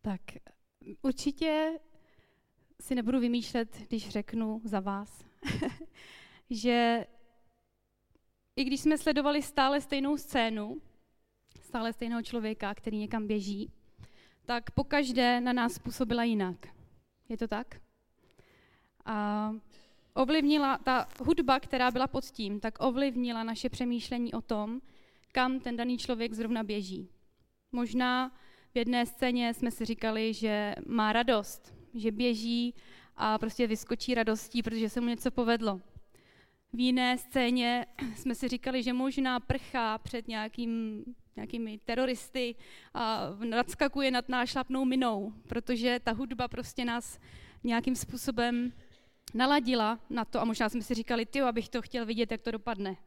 Tak určitě si nebudu vymýšlet, když řeknu za vás, že i když jsme sledovali stále stejnou scénu, stále stejného člověka, který někam běží, tak pokaždé na nás působila jinak. Je to tak? A ovlivnila ta hudba, která byla pod tím, tak ovlivnila naše přemýšlení o tom, kam ten daný člověk zrovna běží. Možná v jedné scéně jsme si říkali, že má radost, že běží a prostě vyskočí radostí, protože se mu něco povedlo. V jiné scéně jsme si říkali, že možná prchá před nějakými teroristy a nadskakuje nad nášlapnou minou, protože ta hudba prostě nás nějakým způsobem naladila na to a možná jsme si říkali, abych to chtěl vidět, jak to dopadne.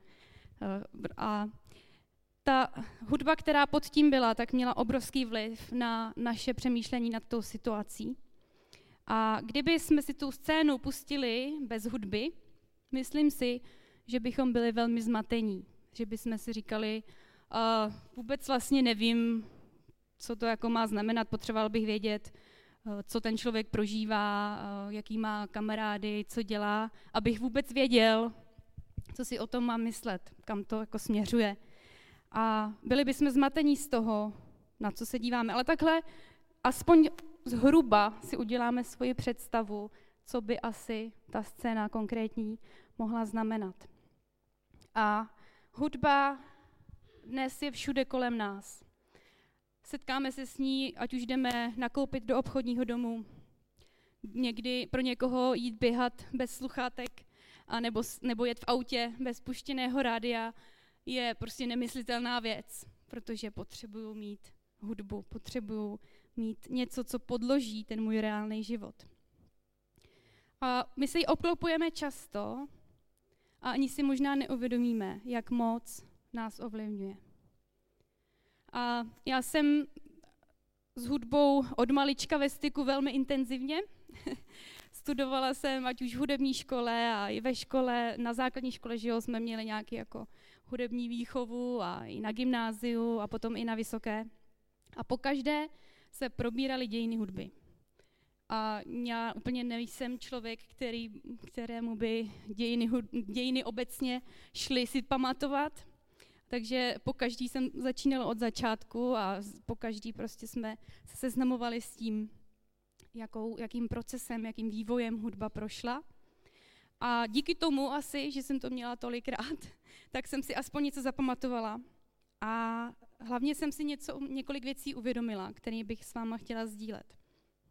A ta hudba, která pod tím byla, tak měla obrovský vliv na naše přemýšlení nad tou situací. A kdyby jsme si tu scénu pustili bez hudby, myslím si, že bychom byli velmi zmatení. Že bychom si říkali, vůbec vlastně nevím, co to jako má znamenat, potřeboval bych vědět, co ten člověk prožívá, jaký má kamarády, co dělá, abych vůbec věděl, co si o tom mám myslet, kam to jako směřuje. A byli bychom zmatení z toho, na co se díváme. Ale takhle aspoň zhruba si uděláme svoji představu, co by asi ta scéna konkrétní mohla znamenat. A hudba dnes je všude kolem nás. Setkáme se s ní, ať už jdeme nakoupit do obchodního domu, někdy pro někoho jít běhat bez sluchátek, nebo jet v autě bez puštěného rádia, je prostě nemyslitelná věc, protože potřebuju mít hudbu, potřebuju mít něco, co podloží ten můj reálný život. A my se ji obklopujeme často a ani si možná neuvědomíme, jak moc nás ovlivňuje. A já jsem s hudbou od malička ve styku velmi intenzivně. Studovala jsem ať už v hudební škole a i ve škole, na základní škole, že jsme měli nějaký jako hudební výchovu a i na gymnáziu a potom i na vysoké. A pokaždé se probíraly dějiny hudby. A já úplně nejsem člověk, kterému by dějiny obecně šly si pamatovat, takže pokaždý jsem začínala od začátku a pokaždý prostě jsme se seznamovali s tím, jakým procesem, jakým vývojem hudba prošla. A díky tomu asi, že jsem to měla tolikrát, tak jsem si aspoň něco zapamatovala. A hlavně jsem si několik věcí uvědomila, které bych s váma chtěla sdílet.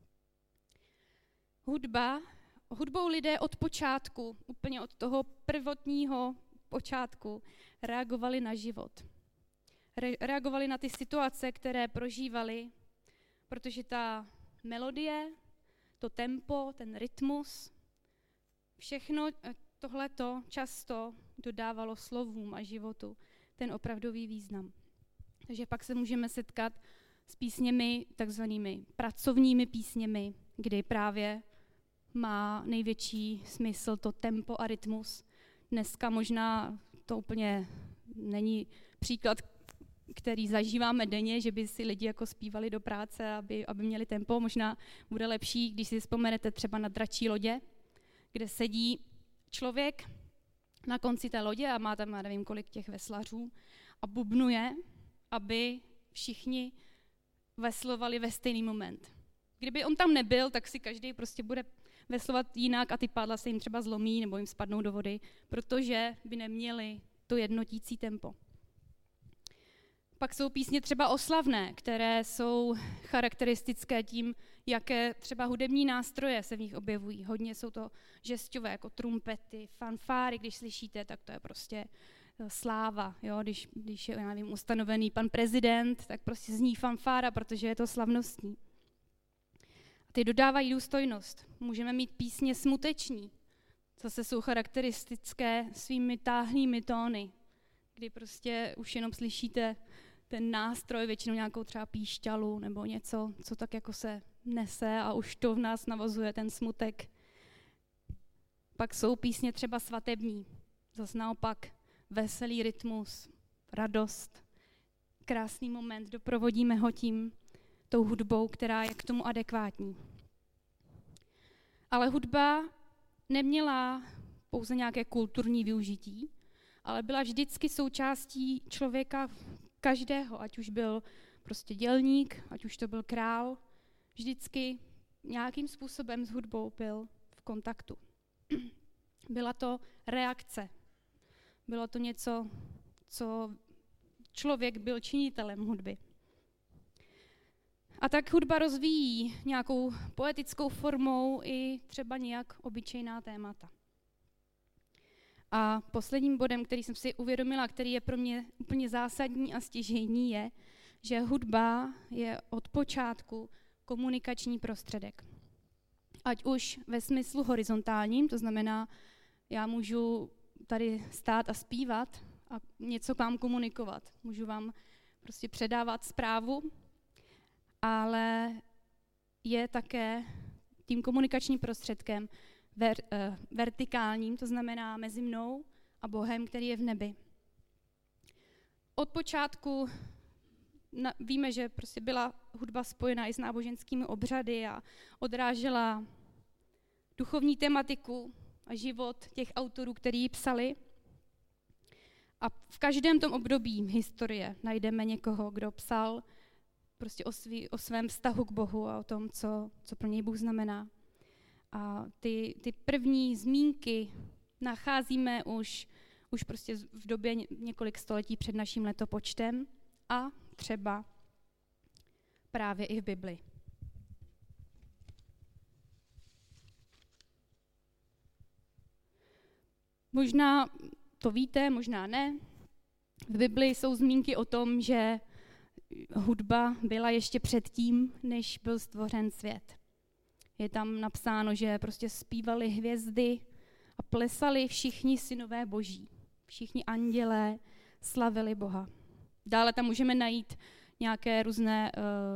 Hudbou lidé od počátku, úplně od toho prvotního počátku, reagovali na život. Reagovali na ty situace, které prožívali, protože ta melodie, to tempo, ten rytmus, všechno tohleto často dodávalo slovům a životu ten opravdový význam. Takže pak se můžeme setkat s písněmi, takzvanými pracovními písněmi, kdy právě má největší smysl to tempo a rytmus. Dneska možná to úplně není příklad, který zažíváme denně, že by si lidi jako zpívali do práce, aby měli tempo. Možná bude lepší, když si vzpomenete třeba na Dračí lodě, kde sedí člověk na konci té lodě a má tam, já nevím, kolik těch veslařů a bubnuje, aby všichni veslovali ve stejný moment. Kdyby on tam nebyl, tak si každý prostě bude veslovat jinak a ty pádla se jim třeba zlomí nebo jim spadnou do vody, protože by neměli to jednotící tempo. Pak jsou písně třeba oslavné, které jsou charakteristické tím, jaké třeba hudební nástroje se v nich objevují. Hodně jsou to žesťové, jako trumpety, fanfáry, když slyšíte, tak to je prostě sláva. Jo? Když je, já nevím, ustanovený pan prezident, tak prostě zní fanfára, protože je to slavnostní. A ty dodávají důstojnost. Můžeme mít písně smuteční, zase jsou charakteristické svými táhlými tóny, kdy prostě už jenom slyšíte ten nástroj, většinou nějakou třeba píšťalu nebo něco, co tak jako se nese a už to v nás navozuje ten smutek. Pak jsou písně třeba svatební, zase naopak veselý rytmus, radost, krásný moment, doprovodíme ho tím tou hudbou, která je k tomu adekvátní. Ale hudba neměla pouze nějaké kulturní využití, ale byla vždycky součástí člověka každého, ať už byl prostě dělník, ať už to byl král, vždycky nějakým způsobem s hudbou byl v kontaktu. Byla to reakce. Bylo to něco, co člověk byl činitelem hudby. A tak hudba rozvíjí nějakou poetickou formou i třeba nějak obyčejná témata. A posledním bodem, který jsem si uvědomila, který je pro mě úplně zásadní a stěžejní, je, že hudba je od počátku komunikační prostředek. Ať už ve smyslu horizontálním, to znamená, já můžu tady stát a zpívat a něco k vám komunikovat. Můžu vám prostě předávat zprávu, ale je také tím komunikačním prostředkem vertikálním, to znamená mezi mnou a Bohem, který je v nebi. Od počátku víme, že prostě byla hudba spojená i s náboženskými obřady a odrážela duchovní tematiku a život těch autorů, kteří ji psali. A v každém tom období historie najdeme někoho, kdo psal prostě o svém vztahu k Bohu a o tom, co pro něj Bůh znamená. A ty první zmínky nacházíme už prostě v době několik století před naším letopočtem a třeba právě i v Bibli. Možná to víte, možná ne. V Bibli jsou zmínky o tom, že hudba byla ještě předtím, než byl stvořen svět. Je tam napsáno, že prostě zpívaly hvězdy a plesali všichni synové boží. Všichni andělé slavili Boha. Dále tam můžeme najít nějaké různé,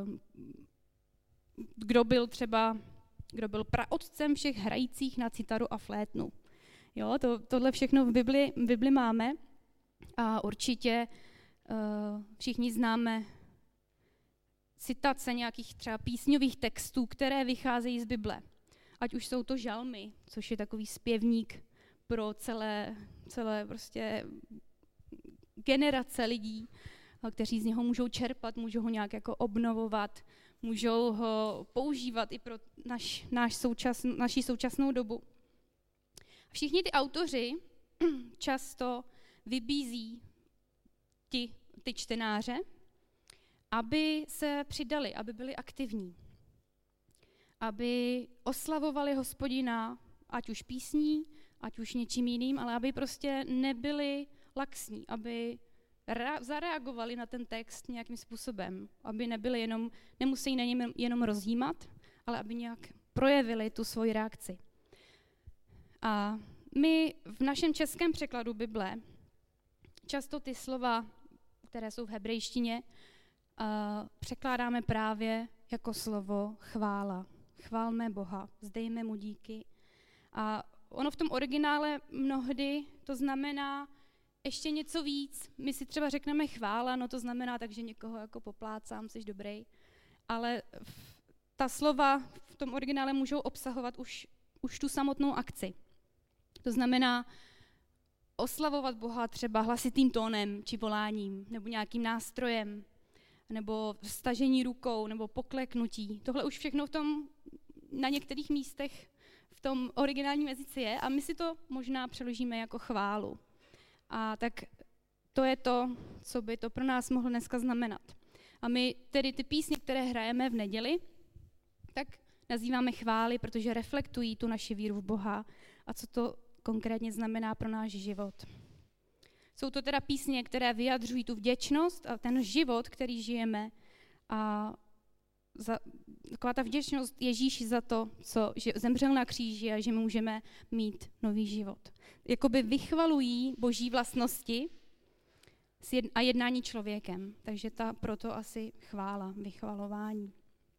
kdo byl praotcem všech hrajících na citaru a flétnu. Jo, tohle všechno v Bibli máme a určitě všichni známe citace nějakých třeba písňových textů, které vycházejí z Bible. Ať už jsou to žalmy, což je takový zpěvník pro celé prostě generace lidí, kteří z něho můžou čerpat, můžou ho nějak jako obnovovat, můžou ho používat i pro naši současnou dobu. Všichni ty autoři často vybízí ty čtenáře, aby se přidali, aby byli aktivní, aby oslavovali Hospodina, ať už písní, ať už něčím jiným, ale aby prostě nebyli laxní, aby zareagovali na ten text nějakým způsobem, aby nemuseli na něm jenom rozjímat, ale aby nějak projevili tu svoji reakci. A my v našem českém překladu Bible často ty slova, které jsou v hebrejštině, překládáme právě jako slovo chvála. Chválme Boha, vzdejme mu díky. A ono v tom originále mnohdy to znamená ještě něco víc. My si třeba řekneme chvála, no to znamená tak, že někoho jako poplácám, jsi dobrý. Ale ta slova v tom originále můžou obsahovat už tu samotnou akci. To znamená oslavovat Boha třeba hlasitým tónem či voláním, nebo nějakým nástrojem, nebo stažení rukou, nebo pokleknutí. Tohle už všechno na některých místech v tom originálním jazyce je a my si to možná přeložíme jako chválu. A tak to je to, co by to pro nás mohlo dneska znamenat. A my tedy ty písně, které hrajeme v neděli, tak nazýváme chvály, protože reflektují tu naši víru v Boha a co to konkrétně znamená pro náš život. Jsou to teda písně, které vyjadřují tu vděčnost a ten život, který žijeme a taková ta vděčnost Ježíši za to, že zemřel na kříži a že my můžeme mít nový život. Jakoby vychvalují boží vlastnosti a jednání člověkem. Takže proto asi chvála, vychvalování.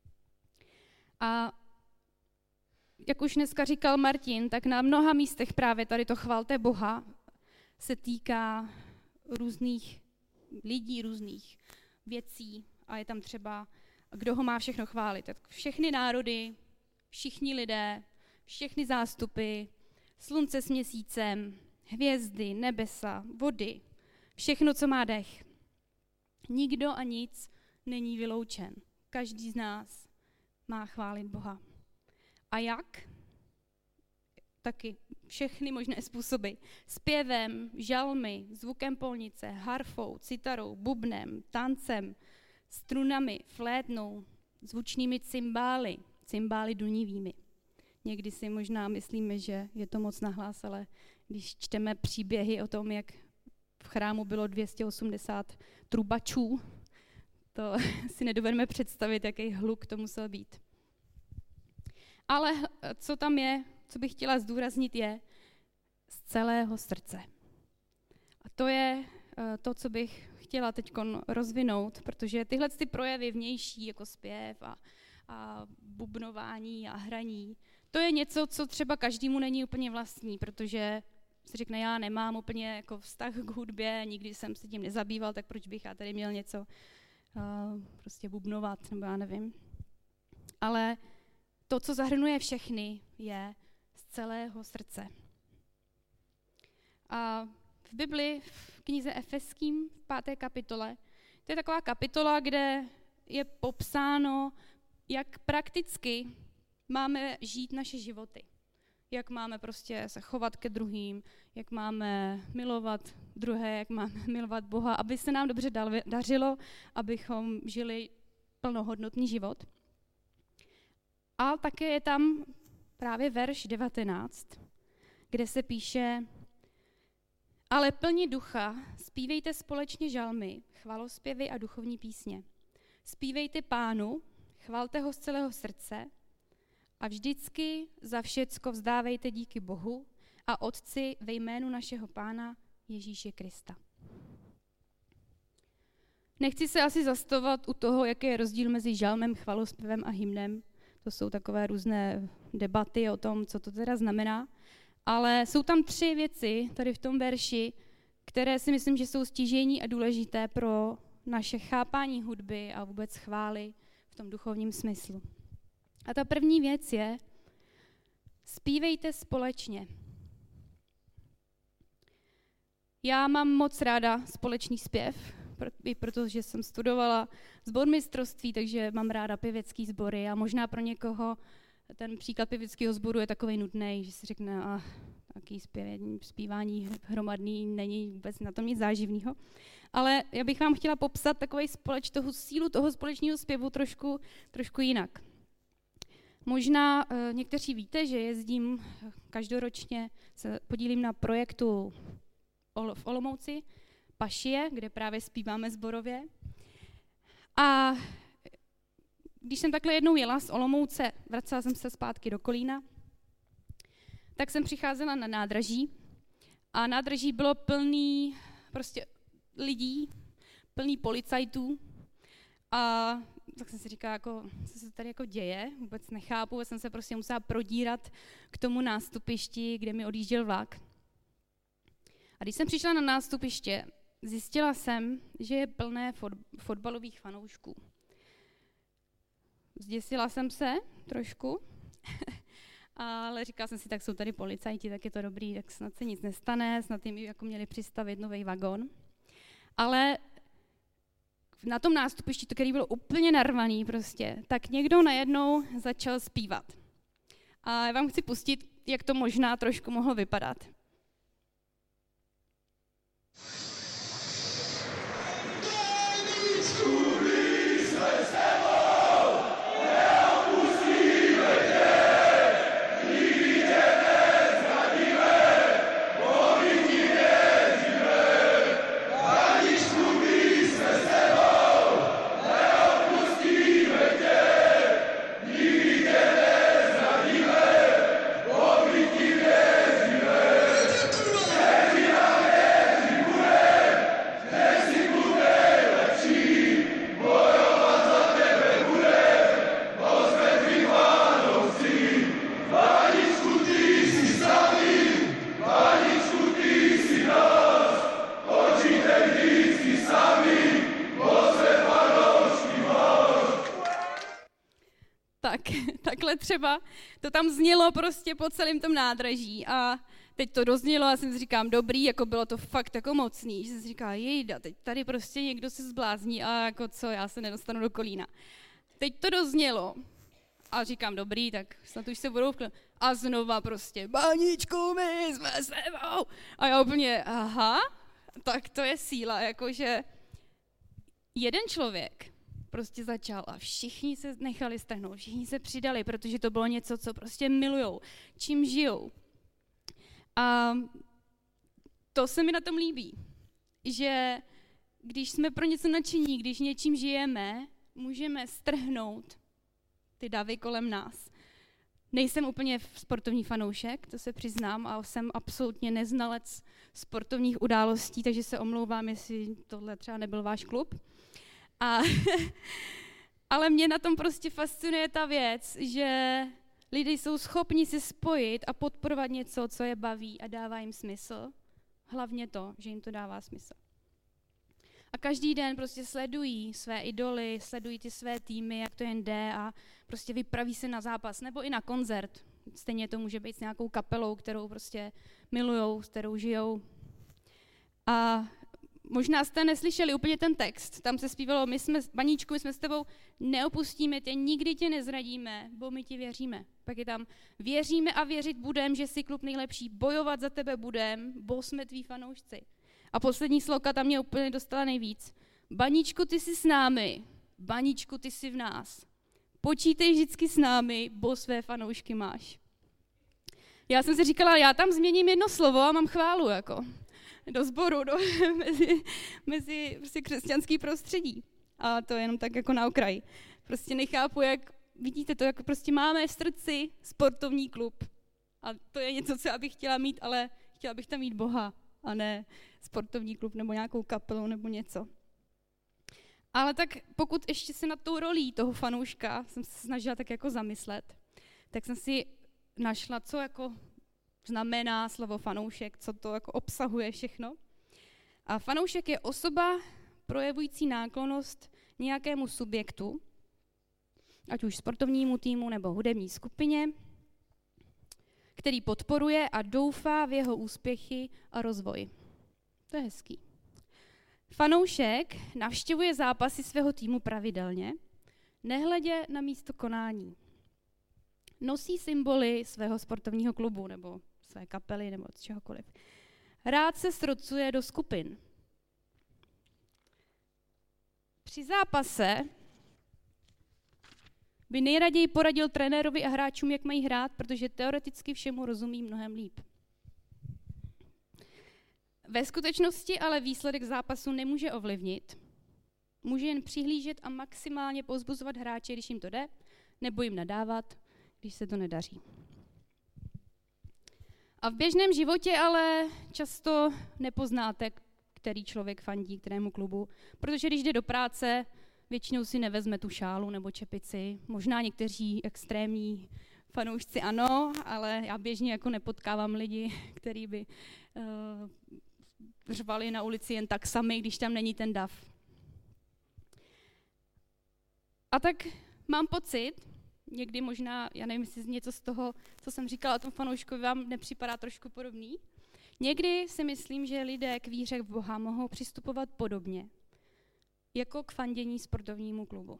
A jak už dneska říkal Martin, tak na mnoha místech právě tady to chvalte Boha se týká různých lidí, různých věcí a je tam třeba kdo ho má všechno chválit. Tak všechny národy, všichni lidé, všechny zástupy, slunce s měsícem, hvězdy, nebesa, vody, všechno, co má dech. Nikdo a nic není vyloučen. Každý z nás má chválit Boha. A jak? Taky všechny možné způsoby. Zpěvem, žalmy, zvukem polnice, harfou, citarou, bubnem, tancem, strunami, flétnou, zvučnými cymbály dunivými. Někdy si možná myslíme, že je to moc nahlas, ale když čteme příběhy o tom, jak v chrámu bylo 280 trubačů, to si nedovedeme představit, jaký hluk to musel být. Ale co tam je, co bych chtěla zdůraznit, je z celého srdce. A to je to, co bych chtěla teď rozvinout, protože tyhle ty projevy vnější, jako zpěv a bubnování a hraní, to je něco, co třeba každému není úplně vlastní, protože si řekne, já nemám úplně jako vztah k hudbě, nikdy jsem se tím nezabýval, tak proč bych já tady měl něco prostě bubnovat, nebo já nevím. Ale to, co zahrnuje všechny, je z celého srdce. A v Bibli, v knize Efeským, v 5. kapitole, to je taková kapitola, kde je popsáno, jak prakticky máme žít naše životy. Jak máme prostě se chovat ke druhým, jak máme milovat druhé, jak máme milovat Boha, aby se nám dobře dařilo, abychom žili plnohodnotný život. A také je tam právě verš 19, kde se píše: ale plni ducha, zpívejte společně žalmy, chvalospěvy a duchovní písně. Zpívejte Pánu, chvalte ho z celého srdce a vždycky za všecko vzdávejte díky Bohu a Otci ve jménu našeho Pána Ježíše Krista. Nechci se asi zastavovat u toho, jaký je rozdíl mezi žalmem, chvalospěvem a hymnem. To jsou takové různé debaty o tom, co to teda znamená. Ale jsou tam 3 věci tady v tom verši, které si myslím, že jsou stěžejní a důležité pro naše chápání hudby a vůbec chvály v tom duchovním smyslu. A ta první věc je: zpívejte společně. Já mám moc ráda společný zpěv, i protože jsem studovala sbormistrovství, takže mám ráda pěvecký sbory a možná pro někoho ten příklad pěveckého sboru je takovej nudný, že si řekne, taký zpívání hromadný, není vůbec na tom nic záživného. Ale já bych vám chtěla popsat takovej sílu toho společného zpěvu trošku jinak. Možná někteří víte, že jezdím každoročně, se podílím na projektu v Olomouci, Pašie, kde právě zpíváme sborově. A když jsem takhle jednou jela z Olomouce, vracela jsem se zpátky do Kolína, tak jsem přicházela na nádraží a nádraží bylo plný prostě lidí, plný policajtů a tak jsem si říkala, co se tady děje, vůbec nechápu, jsem se prostě musela prodírat k tomu nástupišti, kde mi odjížděl vlak. A když jsem přišla na nástupiště, zjistila jsem, že je plné fotbalových fanoušků. Zděsila jsem se trošku, ale říkala jsem si, tak jsou tady policajti, tak je to dobrý, tak snad se nic nestane, snad jim jako měli přistavit nový vagon. Ale na tom nástupišti, který byl úplně narvaný prostě, tak někdo najednou začal zpívat. A já vám chci pustit, jak to možná trošku mohlo vypadat. Tak takhle třeba to tam znělo prostě po celém tom nádraží a teď to doznělo a jsem si říkám, dobrý, jako bylo to fakt jako mocný, že jsem si říkala, jejda, teď tady prostě někdo se zblázní a jako co, já se nedostanu do Kolína. Teď to doznělo a říkám, dobrý, tak snad už se budou a znova prostě, Baníčku, my jsme s tebou. A já úplně, aha, tak to je síla, jakože jeden člověk prostě začal a všichni se nechali strhnout, všichni se přidali, protože to bylo něco, co prostě milujou, čím žijou. A to se mi na tom líbí, že když jsme pro něco nadšení, když něčím žijeme, můžeme strhnout ty davy kolem nás. Nejsem úplně sportovní fanoušek, to se přiznám, a jsem absolutně neznalec sportovních událostí, takže se omlouvám, jestli tohle třeba nebyl váš klub. Ale mě na tom prostě fascinuje ta věc, že lidé jsou schopni se spojit a podporovat něco, co je baví a dává jim smysl. Hlavně to, že jim to dává smysl. A každý den prostě sledují své idoly, sledují ty své týmy, jak to jen jde a prostě vypraví se na zápas nebo i na koncert. Stejně to může být s nějakou kapelou, kterou prostě milujou, s kterou žijou. A možná jste neslyšeli úplně ten text, tam se zpívalo, Baníčku, my jsme s tebou, neopustíme tě, nikdy tě nezradíme, bo my ti věříme. Pak je tam, věříme a věřit budem, že jsi klub nejlepší, bojovat za tebe budem, bo jsme tví fanoušci. A poslední sloka tam mě úplně dostala nejvíc. Baníčku, ty jsi s námi, Baníčku, ty jsi v nás. Počítej vždycky s námi, bo své fanoušky máš. Já jsem si říkala, já tam změním jedno slovo a mám chválu, jako. Do sboru, mezi prostě křesťanský prostředí. A to je jenom tak jako na okraji. Prostě nechápu, jak vidíte to, jak prostě máme v srdci sportovní klub. A to je něco, co já bych chtěla mít, ale chtěla bych tam mít Boha, a ne sportovní klub nebo nějakou kapelu nebo něco. Ale tak pokud ještě se nad tou rolí toho fanouška jsem se snažila tak jako zamyslet, tak jsem si našla, co jako znamená slovo fanoušek, co to jako obsahuje všechno. A fanoušek je osoba projevující náklonnost nějakému subjektu, ať už sportovnímu týmu nebo hudební skupině, který podporuje a doufá v jeho úspěchy a rozvoj. To je hezký. Fanoušek navštěvuje zápasy svého týmu pravidelně, nehledě na místo konání. Nosí symboly svého sportovního klubu nebo své kapely nebo od čehokoliv. Rád se srocuje do skupin. Při zápase by nejraději poradil trenérovi a hráčům, jak mají hrát, protože teoreticky všemu rozumí mnohem líp. Ve skutečnosti ale výsledek zápasu nemůže ovlivnit. Může jen přihlížet a maximálně povzbuzovat hráče, když jim to jde, nebo jim nadávat, když se to nedaří. A v běžném životě ale často nepoznáte, který člověk fandí kterému klubu, protože když jde do práce, většinou si nevezme tu šálu nebo čepici. Možná někteří extrémní fanoušci ano, ale já běžně jako nepotkávám lidi, kteří by řvali na ulici jen tak sami, když tam není ten dav. A tak mám pocit, někdy možná, já nevím, jestli něco z toho, co jsem říkala o tom fanouškovi, vám nepřipadá trošku podobný. Někdy si myslím, že lidé k víře v Boha mohou přistupovat podobně, jako k fandění sportovnímu klubu.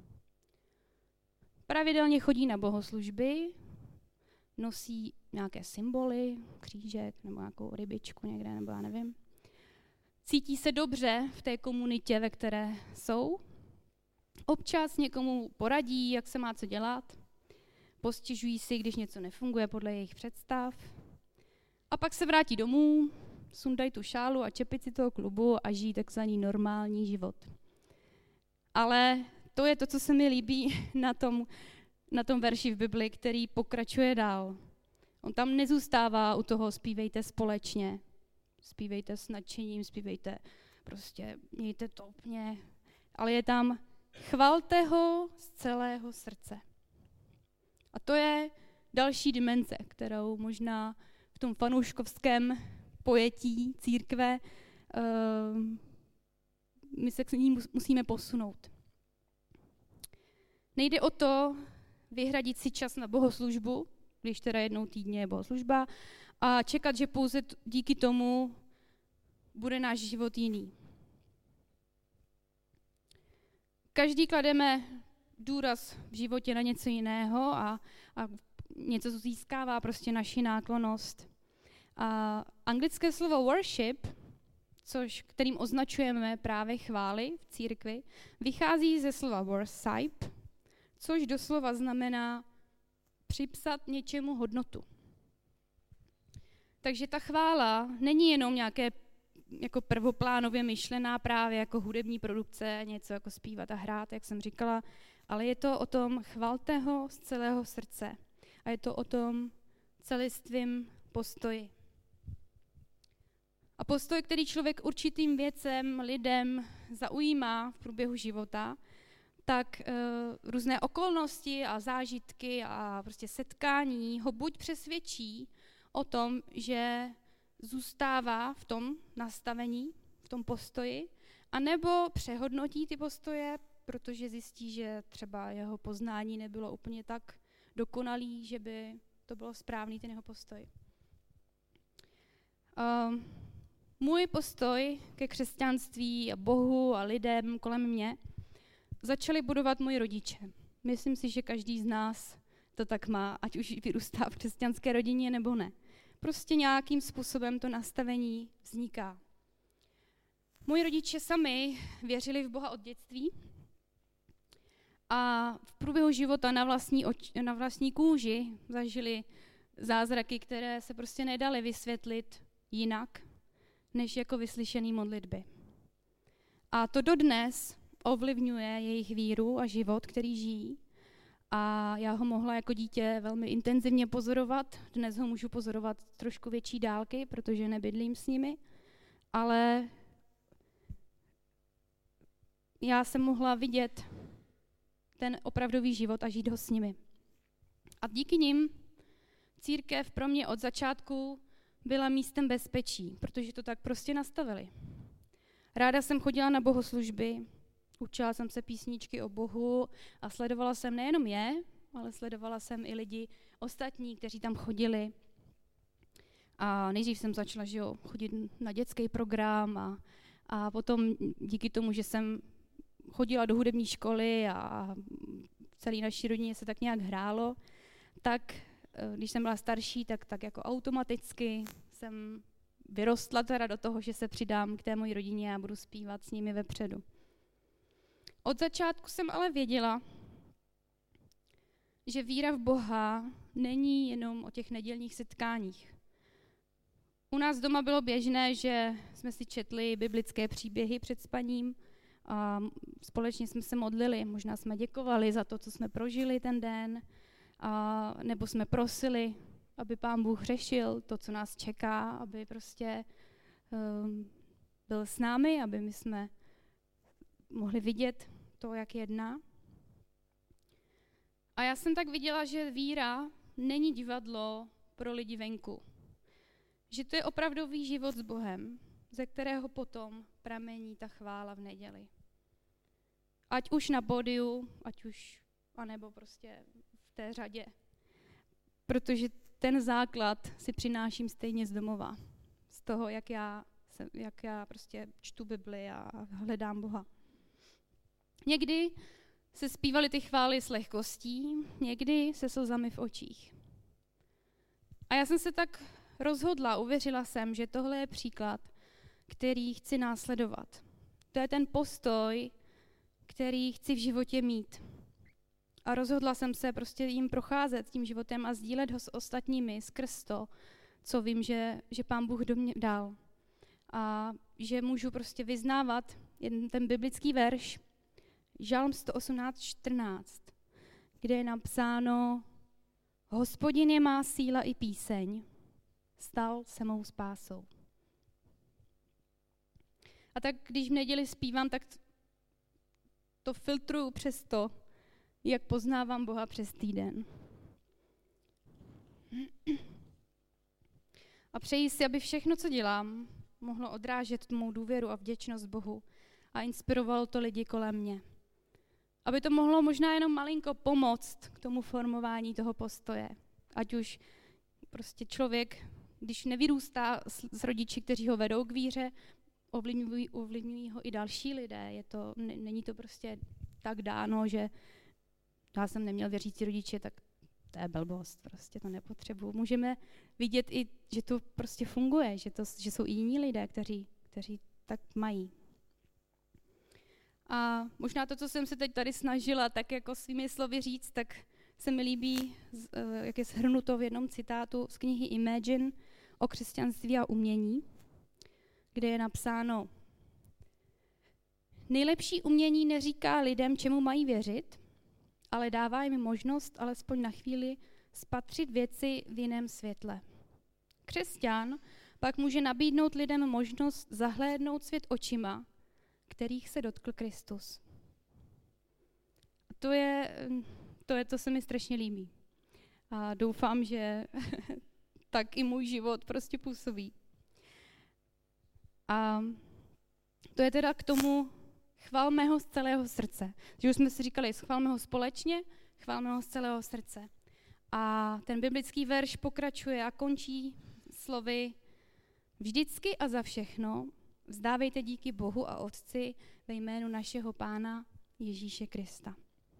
Pravidelně chodí na bohoslužby, nosí nějaké symboly, křížek nebo nějakou rybičku někde, nebo já nevím. Cítí se dobře v té komunitě, ve které jsou. Občas někomu poradí, jak se má co dělat. Postěžují si, když něco nefunguje podle jejich představ. A pak se vrátí domů, sundají tu šálu a čepici toho klubu a žijí takzvaný normální život. Ale to je to, co se mi líbí na tom verši v Bibli, který pokračuje dál. On tam nezůstává u toho zpívejte společně, zpívejte s nadšením, zpívejte prostě, mějte to úplně, ale je tam chvalte ho z celého srdce. A to je další dimenze, kterou možná v tom fanouškovském pojetí církve my se k ní musíme posunout. Nejde o to vyhradit si čas na bohoslužbu, když teda jednou týdně je bohoslužba, a čekat, že pouze díky tomu bude náš život jiný. Každý klademe důraz v životě na něco jiného a něco získává prostě naši náklonnost. A anglické slovo worship, kterým označujeme právě chvály v církvi, vychází ze slova worship, což doslova znamená připsat něčemu hodnotu. Takže ta chvála není jenom nějaké jako prvoplánově myšlená právě jako hudební produkce, něco jako zpívat a hrát, jak jsem říkala, ale je to o tom chvalte ho z celého srdce a je to o tom celistvým postoji. A postoj, který člověk určitým věcem, lidem zaujímá v průběhu života, tak různé okolnosti a zážitky a prostě setkání ho buď přesvědčí o tom, že zůstává v tom nastavení, v tom postoji, anebo přehodnotí ty postoje, protože zjistí, že třeba jeho poznání nebylo úplně tak dokonalý, že by to bylo správný ten jeho postoj. Můj postoj ke křesťanství a Bohu a lidem kolem mě začali budovat moji rodiče. Myslím si, že každý z nás to tak má, ať už vyrůstá v křesťanské rodině nebo ne. Prostě nějakým způsobem to nastavení vzniká. Moji rodiče sami věřili v Boha od dětství a v průběhu života na vlastní kůži zažili zázraky, které se prostě nedaly vysvětlit jinak, než jako vyslyšený modlitby. A to dodnes ovlivňuje jejich víru a život, který žijí. A já ho mohla jako dítě velmi intenzivně pozorovat. Dnes ho můžu pozorovat trošku větší dálky, protože nebydlím s nimi. Ale já jsem mohla vidět ten opravdový život a žít ho s nimi. A díky nim církev pro mě od začátku byla místem bezpečí, protože to tak prostě nastavili. Ráda jsem chodila na bohoslužby, učila jsem se písničky o Bohu a sledovala jsem nejenom je, ale sledovala jsem i lidi ostatní, kteří tam chodili. A nejdřív jsem začala chodit na dětský program a potom díky tomu, že jsem chodila do hudební školy a celé naší rodině se tak nějak hrálo, tak když jsem byla starší, tak jako automaticky jsem vyrostla teda do toho, že se přidám k té mojí rodině a budu zpívat s nimi vepředu. Od začátku jsem ale věděla, že víra v Boha není jenom o těch nedělních setkáních. U nás doma bylo běžné, že jsme si četli biblické příběhy před spaním a společně jsme se modlili. Možná jsme děkovali za to, co jsme prožili ten den, nebo jsme prosili, aby Pán Bůh řešil to, co nás čeká, aby prostě byl s námi, aby my jsme mohli vidět to, jak jedná. A já jsem tak viděla, že víra není divadlo pro lidi venku. Že to je opravdový život s Bohem, ze kterého potom pramení ta chvála v neděli. Ať už na pódiu, anebo prostě v té řadě. Protože ten základ si přináším stejně z domova. Z toho, jak já prostě čtu Bibli a hledám Boha. Někdy se zpívaly ty chvály s lehkostí, někdy se slzami v očích. A já jsem se tak rozhodla, uvěřila jsem, že tohle je příklad, který chci následovat. To je ten postoj, který chci v životě mít. A rozhodla jsem se prostě jim procházet tím životem a sdílet ho s ostatními skrz to, co vím, že Pán Bůh do mě dal. A že můžu prostě vyznávat ten biblický verš, Žalm 118:14, kde je napsáno: Hospodin je má síla i píseň, stal se mou spásou. A tak když v neděli zpívám, tak to filtruju přes to, jak poznávám Boha přes týden. A přeji si, aby všechno, co dělám, mohlo odrážet mou důvěru a vděčnost Bohu a inspirovalo to lidi kolem mě. aby to mohlo možná jenom malinko pomoct k tomu formování toho postoje. Ať už prostě člověk, když nevyrůstá s rodiči, kteří ho vedou k víře, ovlivňují ho i další lidé. Není to prostě tak dáno, že já jsem neměl věřící rodiče, tak to je blbost, prostě to nepotřebuji. Můžeme vidět i, že to prostě funguje, že jsou i jiní lidé, kteří tak mají. A možná to, co jsem se teď tady snažila tak jako svými slovy říct, tak se mi líbí, jak je shrnuto v jednom citátu z knihy Imagine o křesťanství a umění, kde je napsáno: nejlepší umění neříká lidem, čemu mají věřit, ale dává jim možnost alespoň na chvíli spatřit věci v jiném světle. Křesťan pak může nabídnout lidem možnost zahlédnout svět očima, kterých se dotkl Kristus. A to se mi strašně líbí. A doufám, že tak i můj život prostě působí. A to je teda k tomu chvalme ho z celého srdce. Že už jsme si říkali, chvalme ho společně, chvalme ho z celého srdce. A ten biblický verš pokračuje a končí slovy: vždycky a za všechno vzdávejte díky Bohu a Otci ve jménu našeho Pána Ježíše Krista.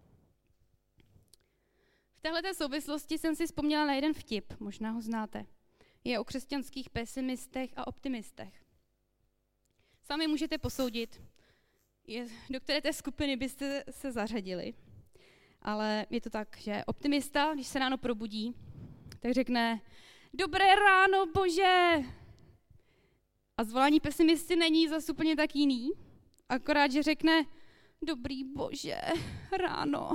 V téhleté souvislosti jsem si vzpomněla na jeden vtip, možná ho znáte. Je o křesťanských pesimistech a optimistech. Sami můžete posoudit, do které té skupiny byste se zařadili. Ale je to tak, že optimista, když se ráno probudí, tak řekne: dobré ráno, Bože! A zvolání pesimisty není zase úplně tak jiný, akorát, že řekne: dobrý Bože, ráno.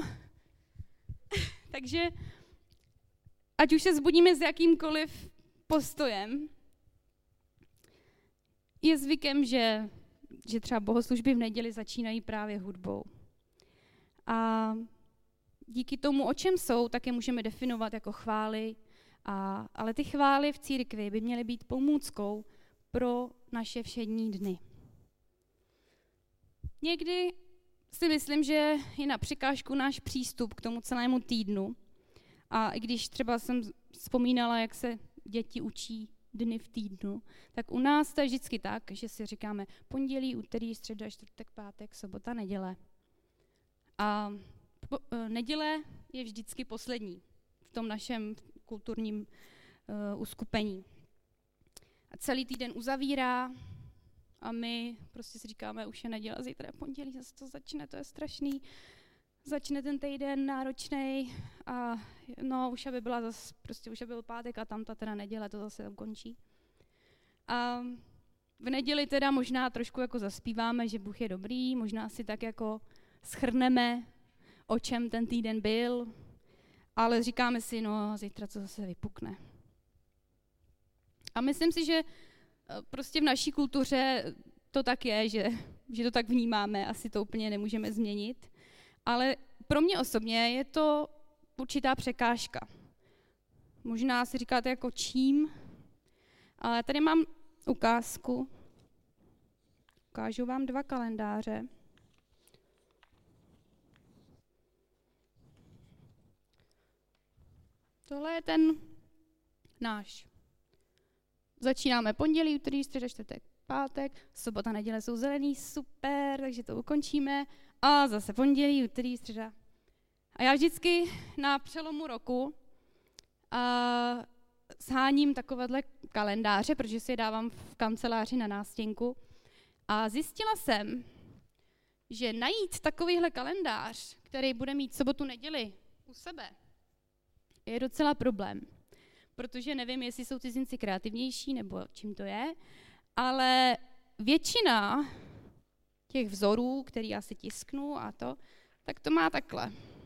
Takže ať už se zbudíme s jakýmkoliv postojem, je zvykem, že třeba bohoslužby v neděli začínají právě hudbou. A díky tomu, o čem jsou, tak je můžeme definovat jako chvály, ale ty chvály v církvi by měly být pomůckou pro naše všední dny. Někdy si myslím, že je na překážku náš přístup k tomu celému týdnu. A i když třeba jsem vzpomínala, jak se děti učí dny v týdnu, tak u nás to je vždycky tak, že si říkáme pondělí, úterý, středa, čtvrtek, pátek, sobota, neděle. A neděle je vždycky poslední v tom našem kulturním uskupení. A celý týden uzavírá a my prostě si říkáme, už je neděle, zítra je pondělí, zase to začne, to je strašný. Začne ten týden náročnej a no, už aby byla zase, prostě už aby byl pátek a tam ta teda neděle, to zase tam končí. A v neděli teda možná trošku jako zaspíváme, že Bůh je dobrý, možná si tak jako shrneme, o čem ten týden byl, ale říkáme si, no zítra to zase vypukne. A myslím si, že prostě v naší kultuře to tak je, že to tak vnímáme, asi to úplně nemůžeme změnit. Ale pro mě osobně je to určitá překážka. Možná si říkáte jako čím, ale tady mám ukázku. Ukážu vám 2 kalendáře. Tohle je ten náš. Začínáme pondělí, úterý, středa, čtvrtek, pátek, sobota, neděle jsou zelený, super, takže to ukončíme. A zase pondělí, úterý, středa. A já vždycky na přelomu roku sháním takovéhle kalendáře, protože si je dávám v kanceláři na nástěnku. A zjistila jsem, že najít takovýhle kalendář, který bude mít sobotu, neděli u sebe, je docela problém. Protože nevím, jestli jsou cizinci kreativnější, nebo čím to je, ale většina těch vzorů, který já si tisknu a to, tak to má takhle.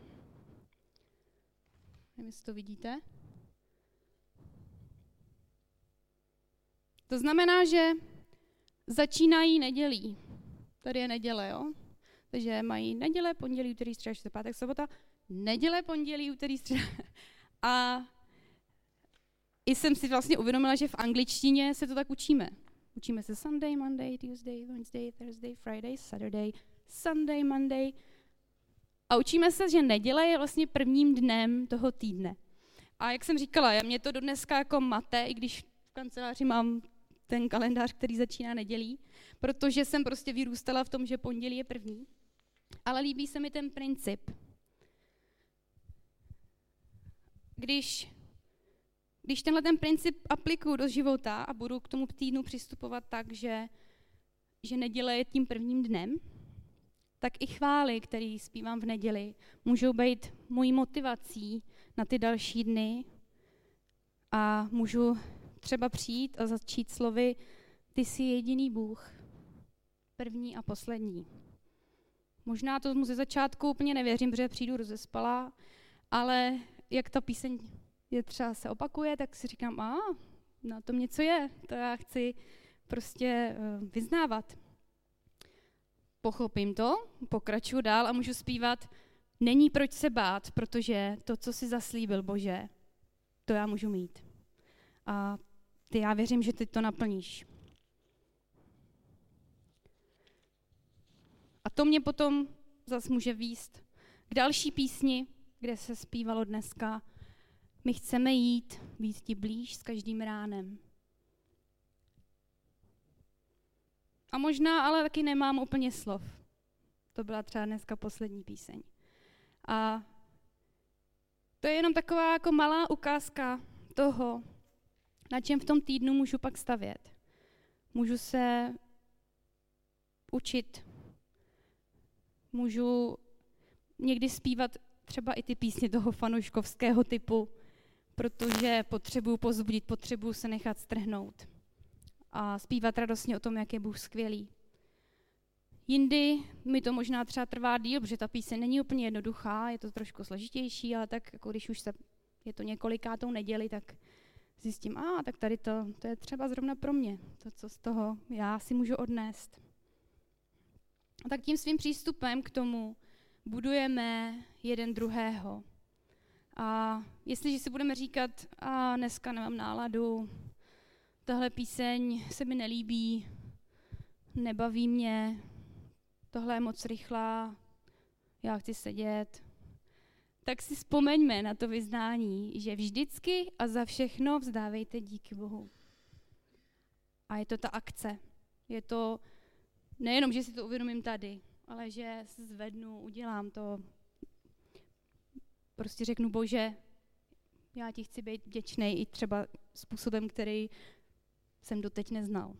Nevím, jestli to vidíte. To znamená, že začínají nedělí. Tady je neděle, jo? Takže mají neděle, pondělí, úterý, středa, čtvrtek, pátek, sobota, neděle, pondělí, úterý, středa. A i jsem si vlastně uvědomila, že v angličtině se to tak učíme. Učíme se Sunday, Monday, Tuesday, Wednesday, Thursday, Friday, Saturday, Sunday, Monday. A učíme se, že neděle je vlastně prvním dnem toho týdne. A jak jsem říkala, mě to dodneska jako mate, i když v kanceláři mám ten kalendář, který začíná nedělí, protože jsem prostě vyrůstala v tom, že pondělí je první. Ale líbí se mi ten princip. Když tenhle ten princip aplikuju do života a budu k tomu týdnu přistupovat tak, že neděle je tím prvním dnem, tak i chvály, které zpívám v neděli, můžou být mojí motivací na ty další dny a můžu třeba přijít a začít slovy ty jsi jediný Bůh, první a poslední. Možná tomu ze začátku úplně nevěřím, protože přijdu rozespalá, ale jak ta píseň je třeba se opakuje, tak si říkám, na tom něco je, to já chci prostě vyznávat. Pochopím to, pokračuju dál a můžu zpívat, není proč se bát, protože to, co jsi zaslíbil, Bože, to já můžu mít. A já věřím, že ty to naplníš. A to mě potom zase může vést k další písni, kde se zpívalo dneska. My chceme jít, být ti blíž s každým ránem. A možná ale taky nemám úplně slov. To byla třeba dneska poslední píseň. A to je jenom taková jako malá ukázka toho, na čem v tom týdnu můžu pak stavět. Můžu se učit, můžu někdy zpívat třeba i ty písně toho fanouškovského typu, protože potřebuju pozbudit, potřebuju se nechat strhnout a zpívat radostně o tom, jak je Bůh skvělý. Jindy mi to možná třeba trvá díl, protože ta píseň není úplně jednoduchá, je to trošku složitější, ale tak jako když už je to několikátou neděli, tak zjistím, tak tady to je třeba zrovna pro mě, to, co z toho já si můžu odnést. A tak tím svým přístupem k tomu budujeme jeden druhého. A jestliže si budeme říkat, dneska nemám náladu, tahle píseň se mi nelíbí, nebaví mě, tohle je moc rychlá, já chci sedět, tak si vzpomeňme na to vyznání, že vždycky a za všechno vzdávejte díky Bohu. A je to ta akce. Je to nejenom, že si to uvědomím tady, ale že se zvednu, udělám to. Prostě řeknu, Bože, já ti chci být vděčnej i třeba způsobem, který jsem doteď neznal.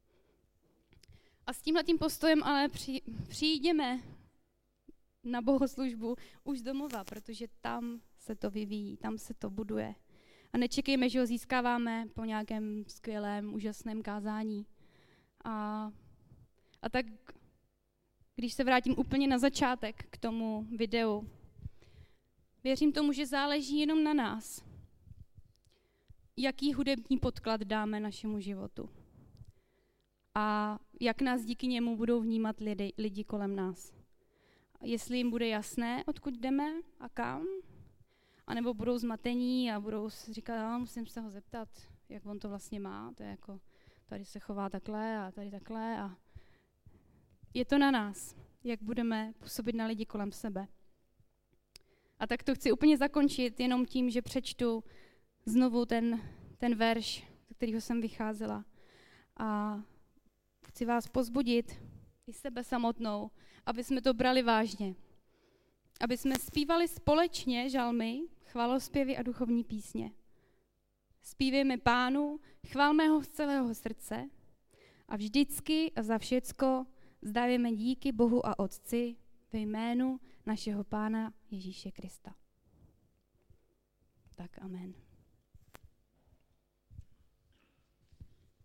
A s tímhletím postojem ale přijdeme na bohoslužbu už z domova, protože tam se to vyvíjí, tam se to buduje. A nečekejme, že ho získáváme po nějakém skvělém, úžasném kázání. A tak, když se vrátím úplně na začátek k tomu videu, věřím tomu, že záleží jenom na nás, jaký hudební podklad dáme našemu životu. A jak nás díky němu budou vnímat lidi kolem nás. Jestli jim bude jasné, odkud jdeme a kam, anebo budou zmatení a budou si říkat, musím se ho zeptat, jak on to vlastně má, to je jako, tady se chová takhle a tady takhle. A je to na nás, jak budeme působit na lidi kolem sebe. A tak to chci úplně zakončit jenom tím, že přečtu znovu ten verš, ze kterého jsem vycházela. A chci vás pozbudit, i sebe samotnou, aby jsme to brali vážně. Aby jsme zpívali společně žalmy, chvalospěvy a duchovní písně. Zpívejme Pánu, chválme ho z celého srdce a vždycky a za všecko vzdávejme díky Bohu a Otci ve jménu našeho Pána Ježíše Krista. Tak amen.